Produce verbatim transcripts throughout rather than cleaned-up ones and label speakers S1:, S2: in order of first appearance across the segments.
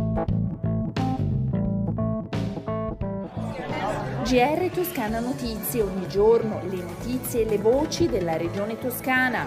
S1: G R Toscana Notizie, ogni giorno le notizie e le voci della regione toscana.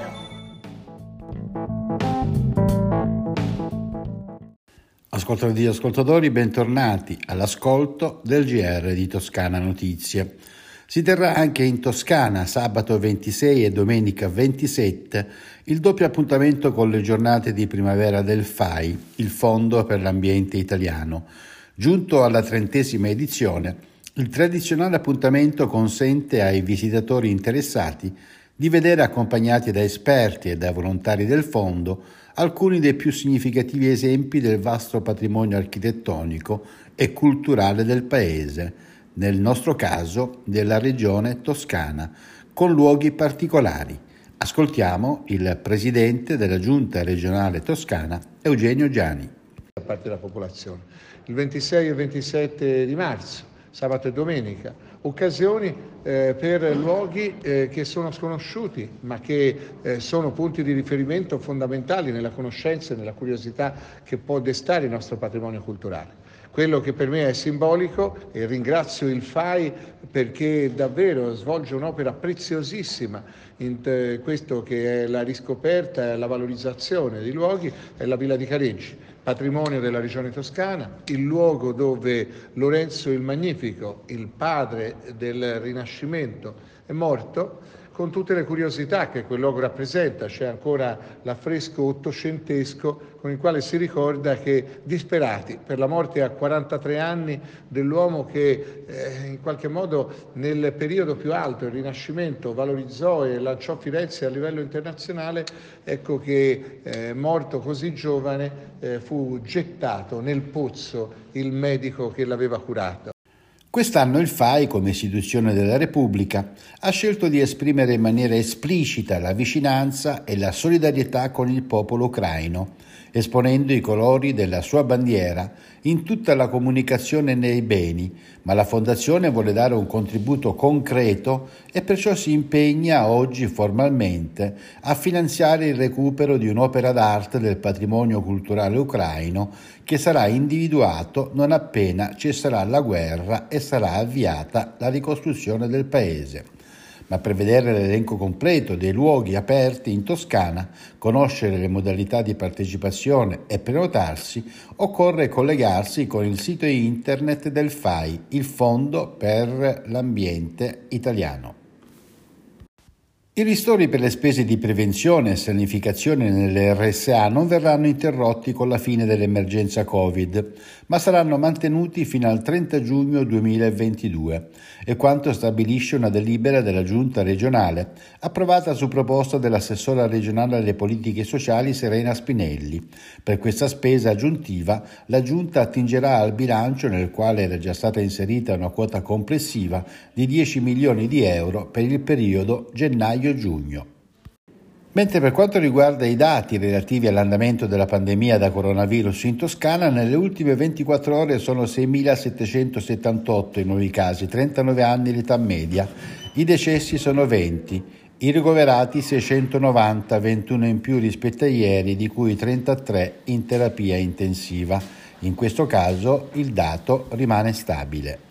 S2: Ascoltatori e ascoltatori, bentornati all'ascolto del G R di Toscana Notizie. Si terrà anche in Toscana sabato ventisei e domenica ventisette il doppio appuntamento con le giornate di primavera del F A I, il Fondo per l'Ambiente Italiano. Giunto alla trentesima edizione, il tradizionale appuntamento consente ai visitatori interessati di vedere, accompagnati da esperti e da volontari del fondo, alcuni dei più significativi esempi del vasto patrimonio architettonico e culturale del paese, nel nostro caso della regione toscana, con luoghi particolari. Ascoltiamo il presidente della Giunta regionale toscana, Eugenio Giani.
S3: Da parte della popolazione. Il ventisei e ventisette di marzo, sabato e domenica, occasioni eh, per luoghi eh, che sono sconosciuti ma che eh, sono punti di riferimento fondamentali nella conoscenza e nella curiosità che può destare il nostro patrimonio culturale. Quello che per me è simbolico, e ringrazio il F A I perché davvero svolge un'opera preziosissima in t- questo che è la riscoperta e la valorizzazione di luoghi, è la Villa di Careggi, patrimonio della regione toscana, il luogo dove Lorenzo il Magnifico, il padre del Rinascimento, è morto, con tutte le curiosità che quel luogo rappresenta. C'è ancora l'affresco ottocentesco con il quale si ricorda che, disperati per la morte a quarantatré anni dell'uomo che eh, in qualche modo nel periodo più alto, il Rinascimento, valorizzò e lanciò Firenze a livello internazionale, ecco che eh, morto così giovane eh, fu gettato nel pozzo il medico che l'aveva curato.
S2: Quest'anno il F A I, come istituzione della Repubblica, ha scelto di esprimere in maniera esplicita la vicinanza e la solidarietà con il popolo ucraino, esponendo i colori della sua bandiera in tutta la comunicazione nei beni, ma la Fondazione vuole dare un contributo concreto e perciò si impegna oggi formalmente a finanziare il recupero di un'opera d'arte del patrimonio culturale ucraino che sarà individuato non appena cesserà la guerra e sarà avviata la ricostruzione del paese. Ma per vedere l'elenco completo dei luoghi aperti in Toscana, conoscere le modalità di partecipazione e prenotarsi, occorre collegarsi con il sito internet del F A I, il Fondo per l'Ambiente Italiano. I ristori per le spese di prevenzione e sanificazione nelle R S A non verranno interrotti con la fine dell'emergenza Covid, ma saranno mantenuti fino al trenta giugno duemilaventidue, è quanto stabilisce una delibera della Giunta regionale, approvata su proposta dell'assessora regionale alle politiche sociali Serena Spinelli. Per questa spesa aggiuntiva, la Giunta attingerà al bilancio, nel quale era già stata inserita una quota complessiva di dieci milioni di euro per il periodo gennaio-giugno. Mentre per quanto riguarda i dati relativi all'andamento della pandemia da coronavirus in Toscana, nelle ultime ventiquattro ore sono seimilasettecentosettantotto i nuovi casi, trentanove anni l'età media, i decessi sono venti, i ricoverati seicentonovanta, ventuno in più rispetto a ieri, di cui trentatré in terapia intensiva. In questo caso il dato rimane stabile.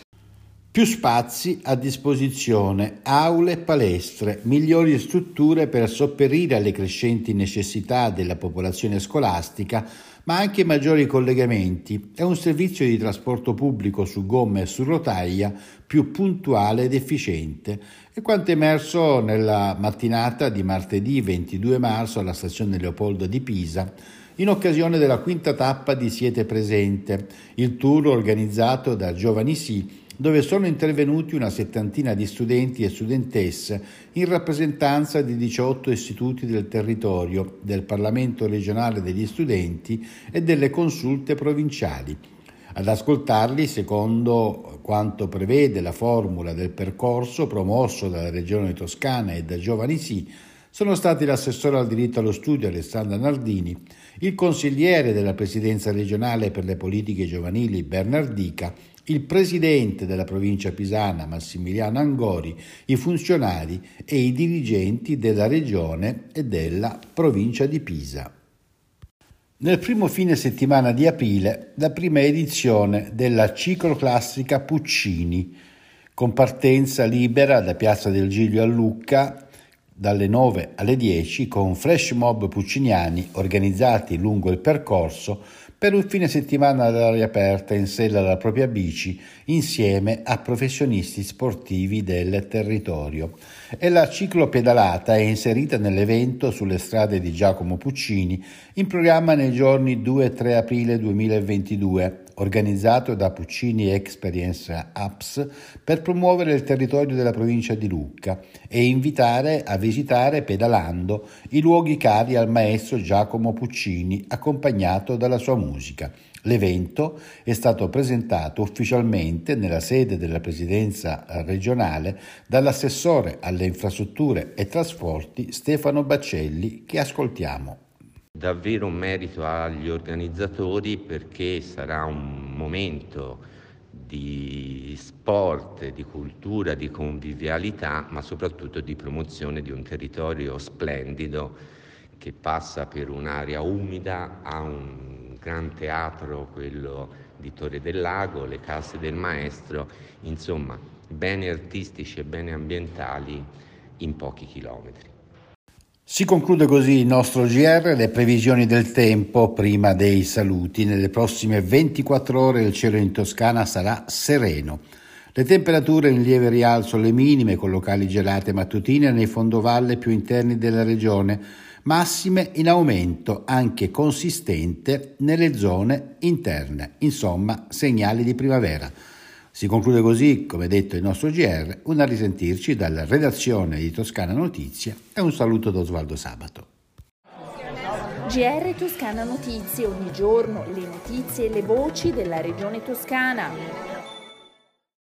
S2: Più spazi a disposizione, aule e palestre, migliori strutture per sopperire alle crescenti necessità della popolazione scolastica, ma anche maggiori collegamenti e un servizio di trasporto pubblico su gomma e su rotaia più puntuale ed efficiente. È quanto emerso nella mattinata di martedì ventidue marzo alla stazione Leopoldo di Pisa, in occasione della quinta tappa di Siete Presente, il tour organizzato da Giovani Sì, dove sono intervenuti una settantina di studenti e studentesse in rappresentanza di diciotto istituti del territorio, del Parlamento regionale degli studenti e delle consulte provinciali. Ad ascoltarli, secondo quanto prevede la formula del percorso promosso dalla Regione Toscana e da Giovani Sì, sono stati l'assessore al diritto allo studio Alessandra Nardini, il consigliere della Presidenza regionale per le politiche giovanili Bernardica, il presidente della provincia pisana Massimiliano Angori, i funzionari e i dirigenti della regione e della provincia di Pisa. Nel primo fine settimana di aprile, la prima edizione della cicloclassica Puccini, con partenza libera da Piazza del Giglio a Lucca dalle nove alle dieci, con flash mob pucciniani organizzati lungo il percorso per un fine settimana all'aria aperta in sella alla propria bici insieme a professionisti sportivi del territorio. E la ciclopedalata è inserita nell'evento sulle strade di Giacomo Puccini, in programma nei giorni due e tre aprile duemilaventidue, organizzato da Puccini Experience Apps per promuovere il territorio della provincia di Lucca e invitare a visitare pedalando i luoghi cari al maestro Giacomo Puccini, accompagnato dalla sua musica. L'evento è stato presentato ufficialmente nella sede della presidenza regionale dall'assessore alle infrastrutture e trasporti Stefano Baccelli, che ascoltiamo.
S4: Davvero un merito agli organizzatori, perché sarà un momento di sport, di cultura, di convivialità, ma soprattutto di promozione di un territorio splendido che passa per un'area umida, ha un gran teatro, quello di Torre del Lago, le case del maestro, insomma beni artistici e beni ambientali in pochi chilometri.
S2: Si conclude così il nostro G R, le previsioni del tempo prima dei saluti. Nelle prossime ventiquattro ore il cielo in Toscana sarà sereno. Le temperature in lieve rialzo alle minime, con locali gelate mattutine nei fondovalle più interni della regione, massime in aumento anche consistente nelle zone interne. Insomma, segnali di primavera. Si conclude così, come detto, il nostro G R, un a risentirci dalla redazione di Toscana Notizie e un saluto da Osvaldo Sabato.
S1: G R Toscana Notizie, ogni giorno le notizie e le voci della regione toscana.